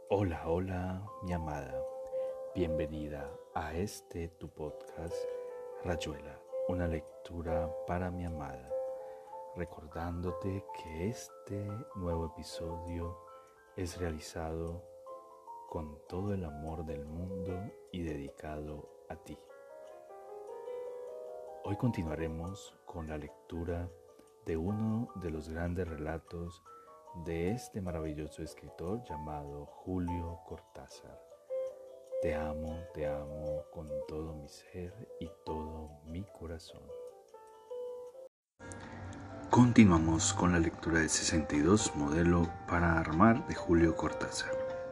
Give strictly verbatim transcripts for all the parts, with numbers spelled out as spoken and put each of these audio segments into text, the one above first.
Hola, hola, mi amada. Bienvenida a este tu podcast, Rayuela, una lectura para mi amada. Recordándote que este nuevo episodio es realizado con todo el amor del mundo y dedicado a ti. Hoy continuaremos con la lectura de uno de los grandes relatos de este maravilloso escritor llamado Julio Cortázar. Te amo, te amo con todo mi ser y todo mi corazón. Continuamos con la lectura del sesenta y dos Modelo para armar de Julio Cortázar.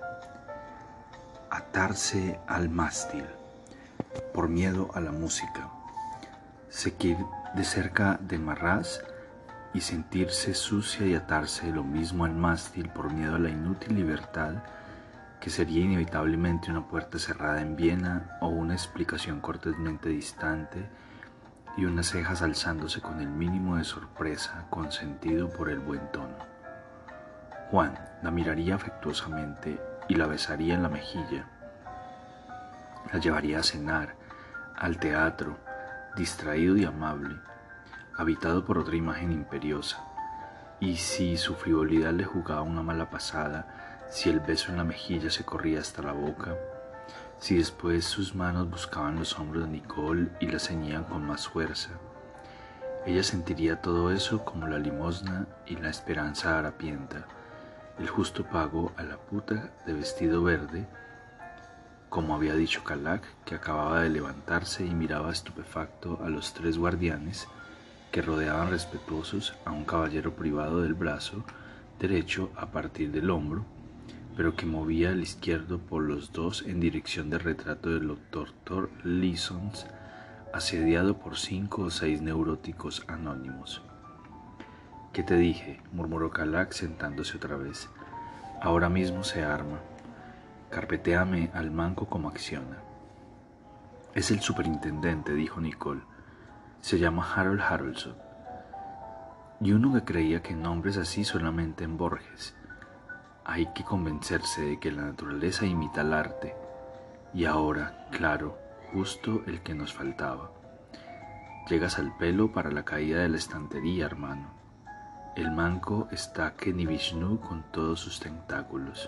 Atarse al mástil, por miedo a la música. Seguir de cerca de Marras y sentirse sucia y atarse lo mismo al mástil por miedo a la inútil libertad que sería inevitablemente una puerta cerrada en Viena o una explicación cortésmente distante y unas cejas alzándose con el mínimo de sorpresa consentido por el buen tono. Juan la miraría afectuosamente y la besaría en la mejilla. La llevaría a cenar, al teatro, distraído y amable, habitado por otra imagen imperiosa, y si su frivolidad le jugaba una mala pasada, si el beso en la mejilla se corría hasta la boca, si después sus manos buscaban los hombros de Nicole y la ceñían con más fuerza, ella sentiría todo eso como la limosna y la esperanza harapienta, el justo pago a la puta de vestido verde, como había dicho Calac, que acababa de levantarse y miraba estupefacto a los tres guardianes que rodeaban respetuosos a un caballero privado del brazo derecho a partir del hombro, pero que movía el izquierdo por los dos en dirección del retrato del doctor Lissons, asediado por cinco o seis neuróticos anónimos. ¿Qué te dije?, murmuró Calac sentándose otra vez. Ahora mismo se arma. Carpetéame al manco como acciona. Es el superintendente, dijo Nicole. Se llama Harold Harrelson. Y uno que creía que nombres así solamente en Borges. Hay que convencerse de que la naturaleza imita al arte. Y ahora, claro, justo el que nos faltaba. Llegas al pelo para la caída de la estantería, hermano. El manco está que ni Vishnu con todos sus tentáculos.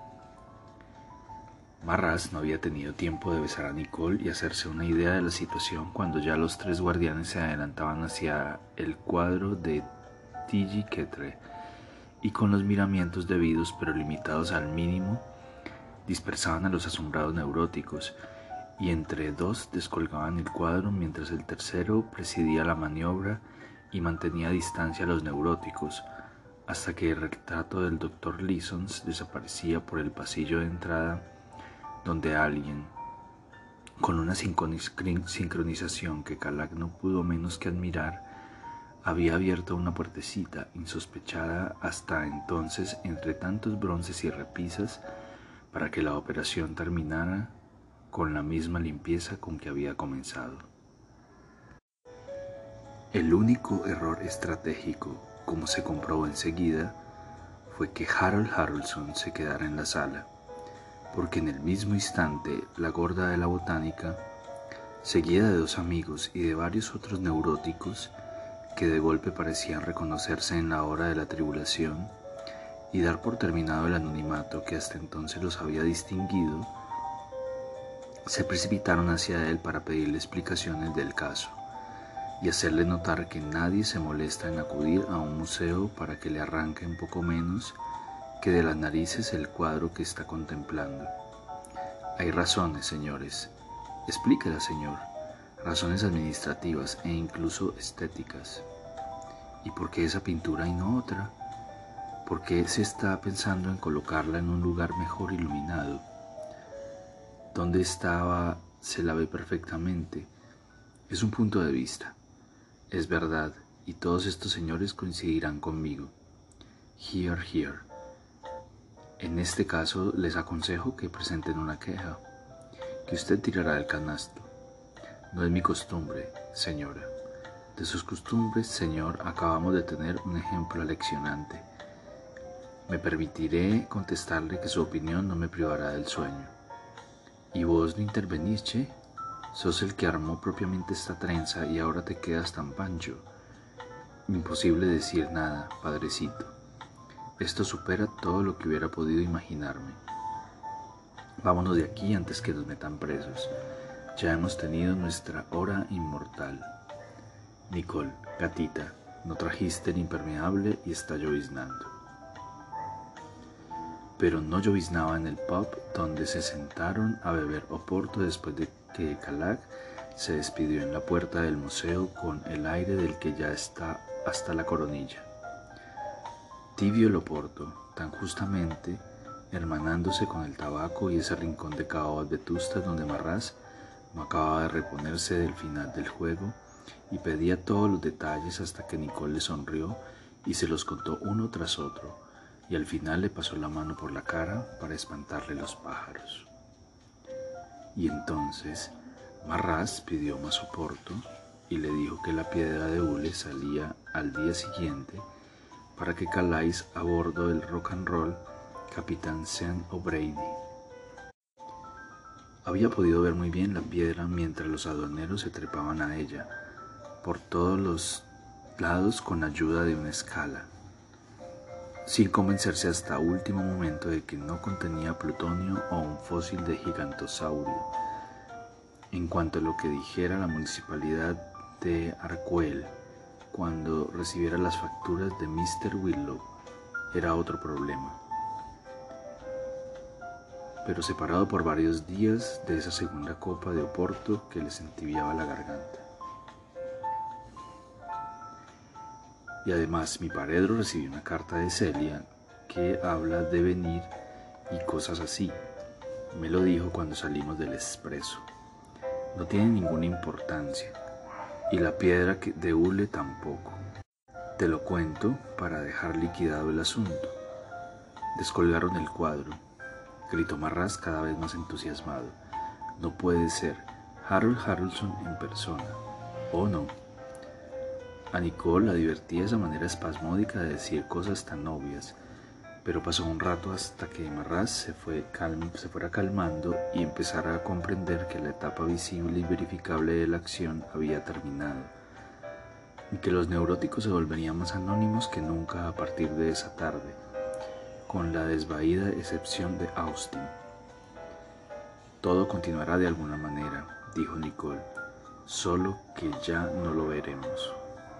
Marras no había tenido tiempo de besar a Nicole y hacerse una idea de la situación cuando ya los tres guardianes se adelantaban hacia el cuadro de Tilly-Quetre y con los miramientos debidos pero limitados al mínimo dispersaban a los asombrados neuróticos y entre dos descolgaban el cuadro mientras el tercero presidía la maniobra y mantenía a distancia a los neuróticos hasta que el retrato del doctor Lissons desaparecía por el pasillo de entrada donde alguien, con una sincronización que Calac no pudo menos que admirar, había abierto una puertecita insospechada hasta entonces entre tantos bronces y repisas para que la operación terminara con la misma limpieza con que había comenzado. El único error estratégico, como se comprobó enseguida, fue que Harold Harrelson se quedara en la sala, porque en el mismo instante la gorda de la botánica, seguida de dos amigos y de varios otros neuróticos que de golpe parecían reconocerse en la hora de la tribulación y dar por terminado el anonimato que hasta entonces los había distinguido, se precipitaron hacia él para pedirle explicaciones del caso y hacerle notar que nadie se molesta en acudir a un museo para que le arranquen poco menos que de las narices el cuadro que está contemplando. Hay razones, señores. Explíquela, señor. Razones administrativas e incluso estéticas. ¿Y por qué esa pintura y no otra? ¿Por qué se está pensando en colocarla en un lugar mejor iluminado? ¿Dónde estaba? Se la ve perfectamente. Es un punto de vista. Es verdad, y todos estos señores coincidirán conmigo. Here, here. En este caso les aconsejo que presenten una queja, que usted tirará del canasto. No es mi costumbre, señora. De sus costumbres, señor, acabamos de tener un ejemplo aleccionante. Me permitiré contestarle que su opinión no me privará del sueño. ¿Y vos no intervenís, che? Sos el que armó propiamente esta trenza y ahora te quedas tan pancho. Imposible decir nada, padrecito. Esto supera todo lo que hubiera podido imaginarme. Vámonos de aquí antes que nos metan presos. Ya hemos tenido nuestra hora inmortal. Nicole, gatita, no trajiste el impermeable y está lloviznando. Pero no lloviznaba en el pub donde se sentaron a beber oporto después de que Calac se despidió en la puerta del museo con el aire del que ya está hasta la coronilla. Tibio el oporto, tan justamente hermanándose con el tabaco y ese rincón de caobas vetustas donde Marras no acababa de reponerse del final del juego y pedía todos los detalles hasta que Nicole le sonrió y se los contó uno tras otro, y al final le pasó la mano por la cara para espantarle los pájaros. Y entonces Marras pidió más oporto y le dijo que la piedra de hule salía al día siguiente para que caláis a bordo del rock and roll Capitán Sean O'Brady. Había podido ver muy bien la piedra mientras los aduaneros se trepaban a ella por todos los lados con ayuda de una escala, sin convencerse hasta último momento de que no contenía plutonio o un fósil de gigantosaurio. En cuanto a lo que dijera la municipalidad de Arcueil cuando recibiera las facturas de mister Whitlow, era otro problema. Pero separado por varios días de esa segunda copa de oporto que les entibiaba la garganta. Y además mi paredro recibió una carta de Celia que habla de venir y cosas así. Me lo dijo cuando salimos del expreso. No tiene ninguna importancia. Y la piedra de hule tampoco. Te lo cuento para dejar liquidado el asunto. Descolgaron el cuadro. Gritó Marras cada vez más entusiasmado. No puede ser. Harold Harrelson en persona. ¿O no? A Nicole la divertía esa manera espasmódica de decir cosas tan obvias, pero pasó un rato hasta que Marras se, fue calm, se fuera calmando y empezara a comprender que la etapa visible y verificable de la acción había terminado, y que los neuróticos se volverían más anónimos que nunca a partir de esa tarde, con la desvaída excepción de Austin. Todo continuará de alguna manera, dijo Nicole, solo que ya no lo veremos.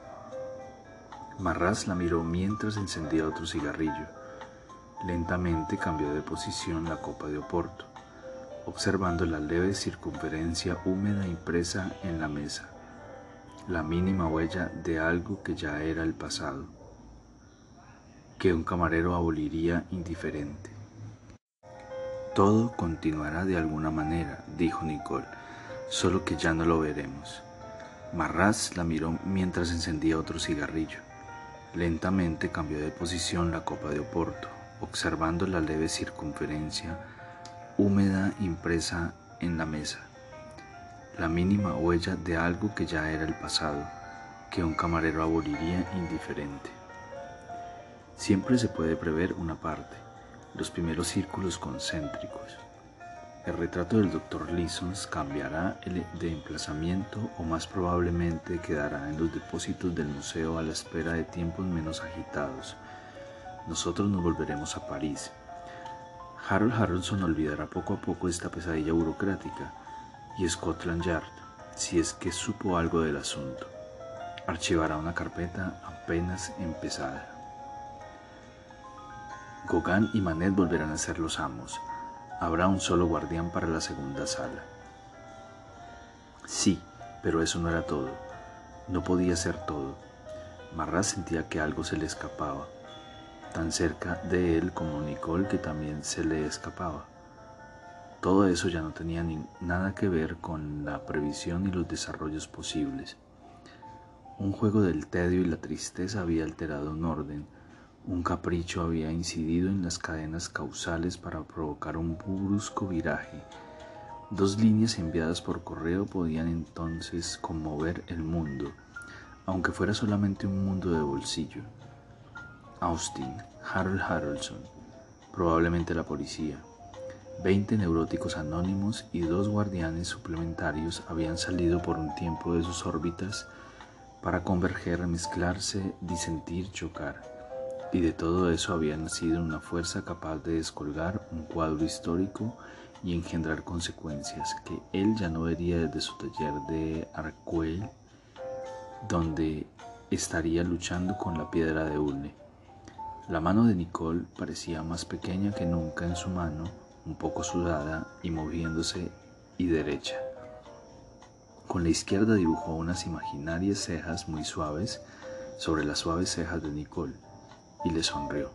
Marras la miró mientras encendía otro cigarrillo. Lentamente cambió de posición la copa de oporto, observando la leve circunferencia húmeda impresa en la mesa, la mínima huella de algo que ya era el pasado, que un camarero aboliría indiferente. Todo continuará de alguna manera, dijo Nicole, solo que ya no lo veremos. Marras la miró mientras encendía otro cigarrillo. Lentamente cambió de posición la copa de oporto, observando la leve circunferencia húmeda impresa en la mesa, la mínima huella de algo que ya era el pasado, que un camarero aboliría indiferente. Siempre se puede prever una parte, los primeros círculos concéntricos. El retrato del doctor Leesons cambiará de emplazamiento o más probablemente quedará en los depósitos del museo a la espera de tiempos menos agitados. Nosotros nos volveremos a París. Harold Harrelson olvidará poco a poco esta pesadilla burocrática y Scotland Yard, si es que supo algo del asunto, archivará una carpeta apenas empezada. Gauguin y Manet volverán a ser los amos. Habrá un solo guardián para la segunda sala. Sí, pero eso no era todo. No podía ser todo. Marras sentía que algo se le escapaba, tan cerca de él como Nicole que también se le escapaba. Todo eso ya no tenía ni nada que ver con la previsión y los desarrollos posibles. Un juego del tedio y la tristeza había alterado un orden. Un capricho había incidido en las cadenas causales para provocar un brusco viraje. Dos líneas enviadas por correo podían entonces conmover el mundo, aunque fuera solamente un mundo de bolsillo. Austin, Harold Harrelson, probablemente la policía. Veinte neuróticos anónimos y dos guardianes suplementarios habían salido por un tiempo de sus órbitas para converger, mezclarse, disentir, chocar. Y de todo eso había nacido una fuerza capaz de descolgar un cuadro histórico y engendrar consecuencias que él ya no vería desde su taller de Arcueil, donde estaría luchando con la piedra de Ulne. La mano de Nicole parecía más pequeña que nunca en su mano, un poco sudada y moviéndose y derecha. Con la izquierda dibujó unas imaginarias cejas muy suaves sobre las suaves cejas de Nicole y le sonrió.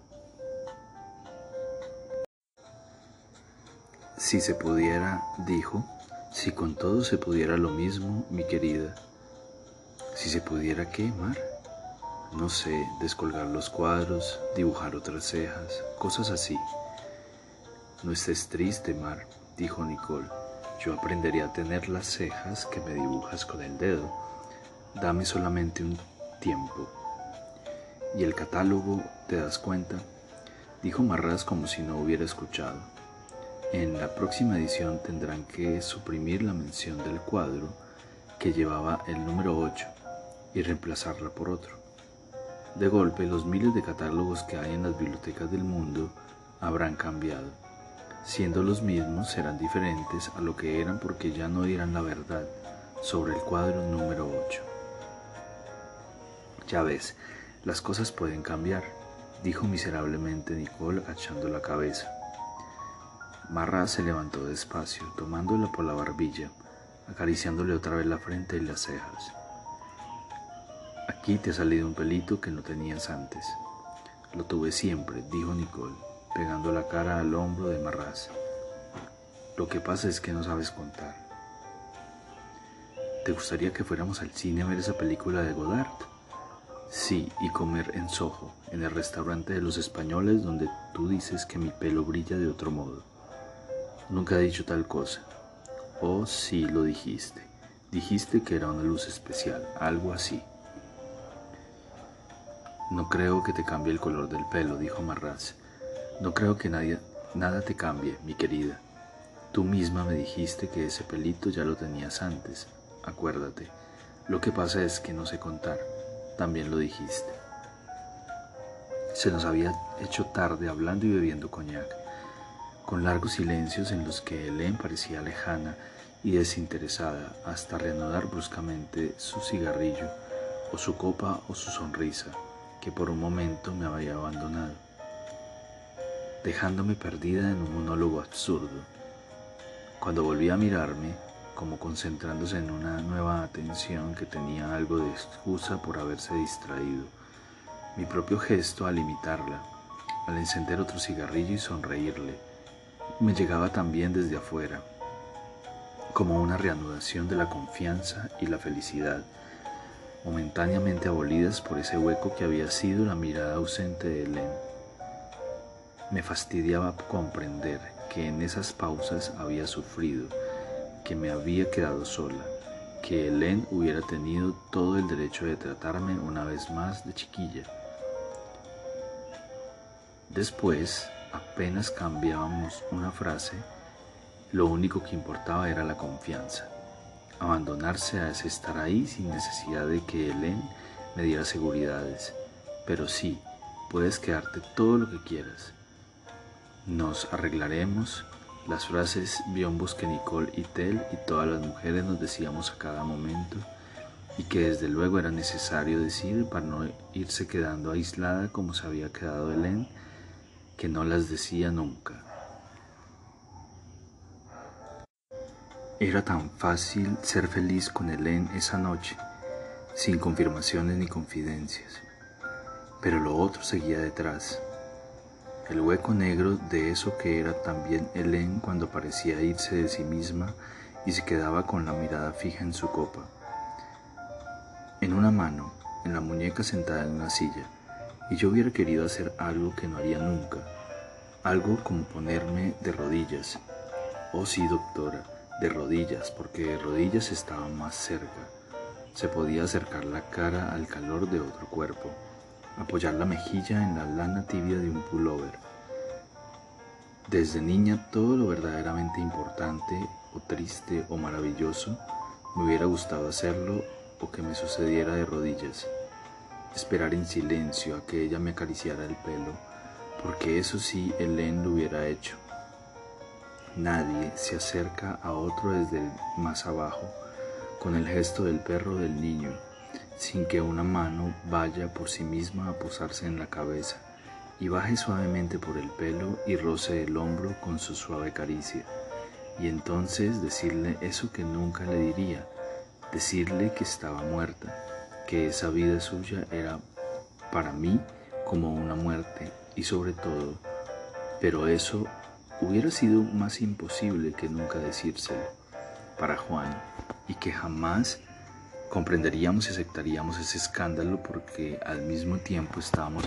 Si se pudiera, dijo, si con todo se pudiera lo mismo, mi querida. Si se pudiera, ¿qué, Mar? No sé, descolgar los cuadros, dibujar otras cejas, cosas así. No estés triste, Mar, dijo Nicole. Yo aprendería a tener las cejas que me dibujas con el dedo. Dame solamente un tiempo. ¿Y el catálogo, te das cuenta? Dijo Marras como si no hubiera escuchado. En la próxima edición tendrán que suprimir la mención del cuadro que llevaba el número ocho y reemplazarla por otro. De golpe, los miles de catálogos que hay en las bibliotecas del mundo habrán cambiado. Siendo los mismos, serán diferentes a lo que eran porque ya no dirán la verdad sobre el cuadro número ocho. Ya ves, las cosas pueden cambiar, dijo miserablemente Nicole agachando la cabeza. Marras se levantó despacio, tomándola por la barbilla, acariciándole otra vez la frente y las cejas. Aquí te ha salido un pelito que no tenías antes. Lo tuve siempre, dijo Nicole, pegando la cara al hombro de Marras. Lo que pasa es que no sabes contar. ¿Te gustaría que fuéramos al cine a ver esa película de Godard? Sí, y comer en Soho, en el restaurante de los españoles donde tú dices que mi pelo brilla de otro modo. Nunca he dicho tal cosa. Oh, sí, lo dijiste. Dijiste que era una luz especial, algo así. No creo que te cambie el color del pelo, dijo Marras. No creo que nadie, nada te cambie, mi querida. Tú misma me dijiste que ese pelito ya lo tenías antes. Acuérdate. Lo que pasa es que no sé contar. También lo dijiste. Se nos había hecho tarde hablando y bebiendo coñac, con largos silencios en los que Hélène parecía lejana y desinteresada hasta reanudar bruscamente su cigarrillo, o su copa o su sonrisa, que por un momento me había abandonado, dejándome perdida en un monólogo absurdo. Cuando volví a mirarme, como concentrándose en una nueva atención que tenía algo de excusa por haberse distraído, mi propio gesto al imitarla, al encender otro cigarrillo y sonreírle, me llegaba también desde afuera, como una reanudación de la confianza y la felicidad, momentáneamente abolidas por ese hueco que había sido la mirada ausente de Hélène. Me fastidiaba comprender que en esas pausas había sufrido, que me había quedado sola, que Hélène hubiera tenido todo el derecho de tratarme una vez más de chiquilla. Después, apenas cambiábamos una frase, lo único que importaba era la confianza, abandonarse a ese estar ahí sin necesidad de que Hélène me diera seguridades, pero sí, puedes quedarte todo lo que quieras. Nos arreglaremos, las frases biombos que Nicole y Tel y todas las mujeres nos decíamos a cada momento y que desde luego era necesario decir para no irse quedando aislada como se había quedado Hélène, que no las decía nunca. Era tan fácil ser feliz con Hélène esa noche, sin confirmaciones ni confidencias, pero lo otro seguía detrás. El hueco negro de eso que era también Hélène cuando parecía irse de sí misma y se quedaba con la mirada fija en su copa. En una mano, en la muñeca sentada en una silla, y yo hubiera querido hacer algo que no haría nunca, algo como ponerme de rodillas. Oh sí, doctora, de rodillas, porque de rodillas estaba más cerca. Se podía acercar la cara al calor de otro cuerpo. apoyar la mejilla en la lana tibia de un pullover. Desde niña todo lo verdaderamente importante o triste o maravilloso me hubiera gustado hacerlo o que me sucediera de rodillas. Esperar en silencio a que ella me acariciara el pelo, porque eso sí Hélène lo hubiera hecho. Nadie se acerca a otro desde más abajo, con el gesto del perro del niño, sin que una mano vaya por sí misma a posarse en la cabeza y baje suavemente por el pelo y roce el hombro con su suave caricia, y entonces decirle eso que nunca le diría, decirle que estaba muerta, que esa vida suya era para mí como una muerte, y sobre todo, pero eso hubiera sido más imposible que nunca decírselo para Juan, y que jamás comprenderíamos y aceptaríamos ese escándalo porque al mismo tiempo estábamos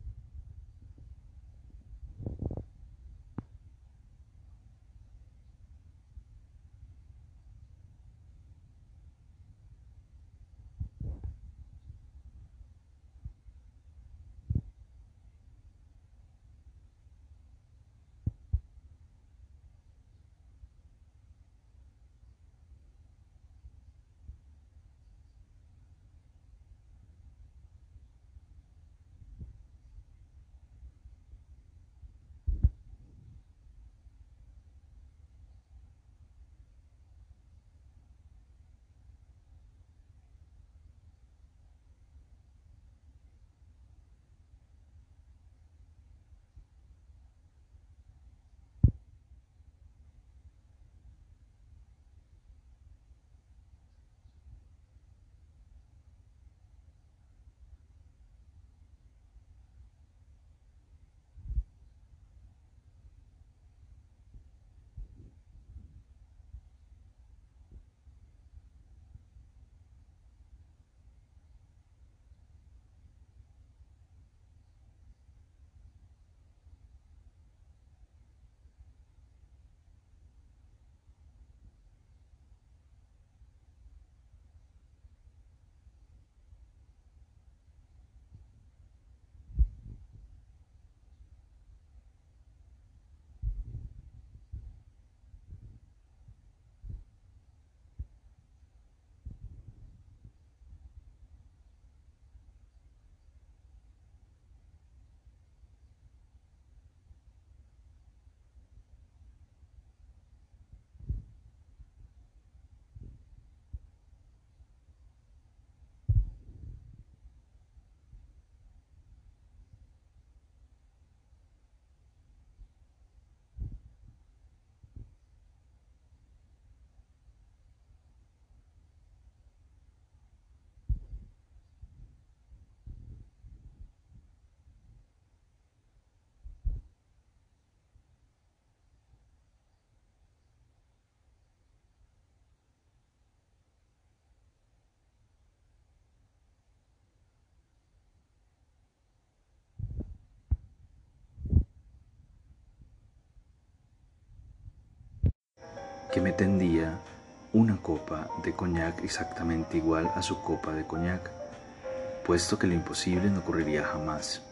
que me tendía una copa de coñac exactamente igual a su copa de coñac, puesto que lo imposible no ocurriría jamás.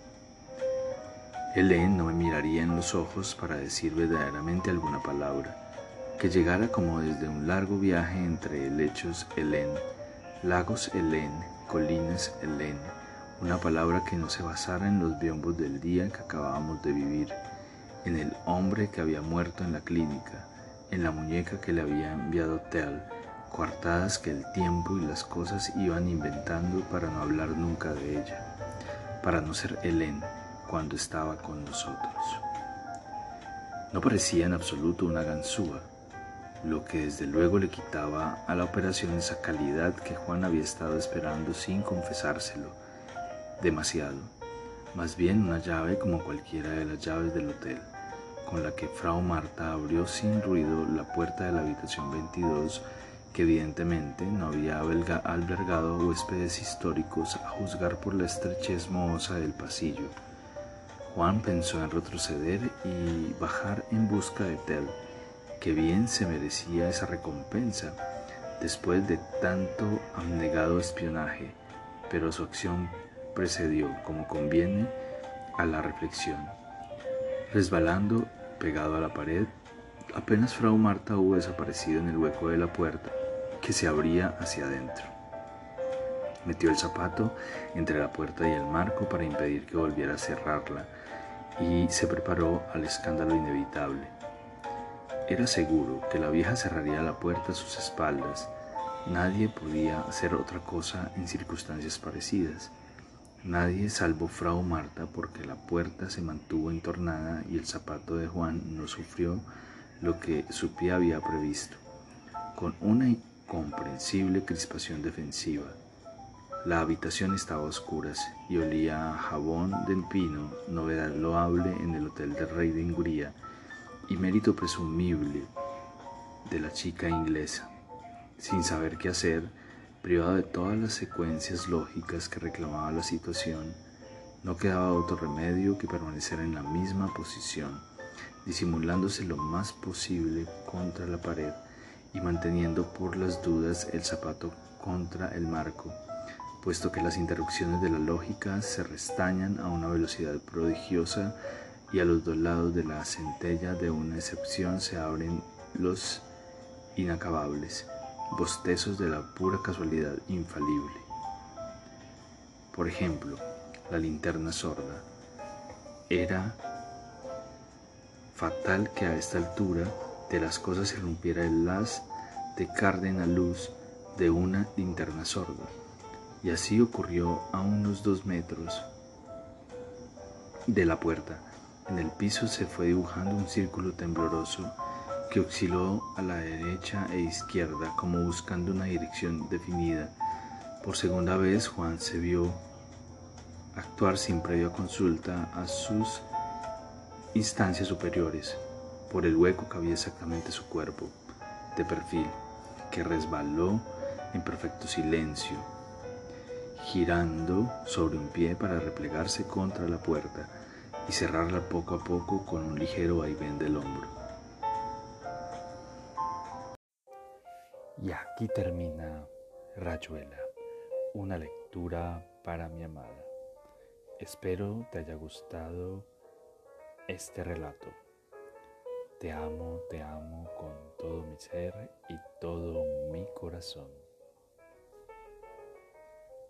Hélène no me miraría en los ojos para decir verdaderamente alguna palabra, que llegara como desde un largo viaje entre helechos Hélène, lagos Hélène, colinas Hélène, una palabra que no se basara en los biombos del día que acabábamos de vivir, en el hombre que había muerto en la clínica, en la muñeca que le había enviado Tell, coartadas que el tiempo y las cosas iban inventando para no hablar nunca de ella, para no ser Hélène cuando estaba con nosotros. No parecía en absoluto una ganzúa, lo que desde luego le quitaba a la operación esa calidad que Juan había estado esperando sin confesárselo demasiado, más bien una llave como cualquiera de las llaves del hotel, con la que Frau Marta abrió sin ruido la puerta de la habitación veintidós, que evidentemente no había albergado huéspedes históricos a juzgar por la estrechez mohosa del pasillo. Juan pensó en retroceder y bajar en busca de Tell, que bien se merecía esa recompensa después de tanto abnegado espionaje, pero su acción precedió, como conviene, a la reflexión. Resbalando, pegado a la pared, apenas Frau Marta hubo desaparecido en el hueco de la puerta que se abría hacia adentro. Metió el zapato entre la puerta y el marco para impedir que volviera a cerrarla y se preparó al escándalo inevitable. Era seguro que la vieja cerraría la puerta a sus espaldas. Nadie podía hacer otra cosa en circunstancias parecidas. Nadie salvo Frau Marta, porque la puerta se mantuvo entornada y el zapato de Juan no sufrió lo que su pie había previsto, con una incomprensible crispación defensiva. La habitación estaba a oscuras y olía a jabón de pino, novedad loable en el hotel del rey de Hungría y mérito presumible de la chica inglesa. Sin saber qué hacer, privado de todas las secuencias lógicas que reclamaba la situación, no quedaba otro remedio que permanecer en la misma posición, disimulándose lo más posible contra la pared y manteniendo por las dudas el zapato contra el marco, puesto que las interrupciones de la lógica se restañan a una velocidad prodigiosa y a los dos lados de la centella de una excepción se abren los inacabables bostezos de la pura casualidad infalible. Por ejemplo, la linterna sorda. Era fatal que a esta altura de las cosas se rompiera el haz de cárdena luz de una linterna sorda, y así ocurrió a unos dos metros de la puerta. En el piso se fue dibujando un círculo tembloroso que osciló a la derecha e izquierda como buscando una dirección definida. Por segunda vez Juan se vio actuar sin previa consulta a sus instancias superiores. Por el hueco cabía exactamente su cuerpo, de perfil, que resbaló en perfecto silencio, girando sobre un pie para replegarse contra la puerta y cerrarla poco a poco con un ligero vaivén del hombro. Y aquí termina Rayuela, una lectura para mi amada. Espero te haya gustado este relato. Te amo, te amo con todo mi ser y todo mi corazón.